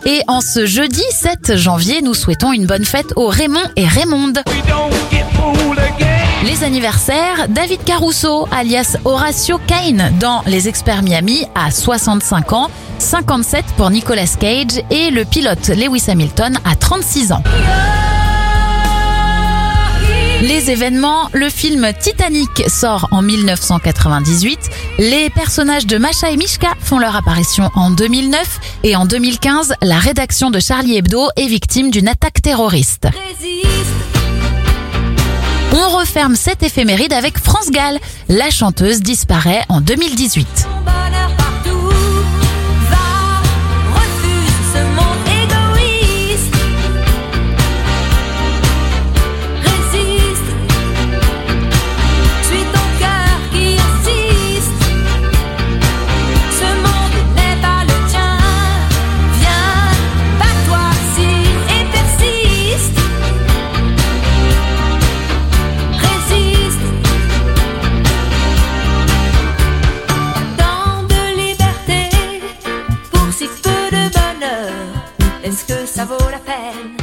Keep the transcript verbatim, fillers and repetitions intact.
Et en ce jeudi sept janvier, nous souhaitons une bonne fête aux Raymond et Raymonde. Les anniversaires, David Caruso, alias Horatio Kane, dans Les Experts Miami, à soixante-cinq ans, cinquante-sept pour Nicolas Cage et le pilote Lewis Hamilton à trente-six ans. Les événements, le film Titanic sort en dix-neuf cent quatre-vingt-dix-huit, les personnages de Masha et Mishka font leur apparition en deux mille neuf et en deux mille quinze, la rédaction de Charlie Hebdo est victime d'une attaque terroriste. On referme cette éphéméride avec France Gall. La chanteuse disparaît en deux mille dix-huit. Est-ce que ça vaut la peine?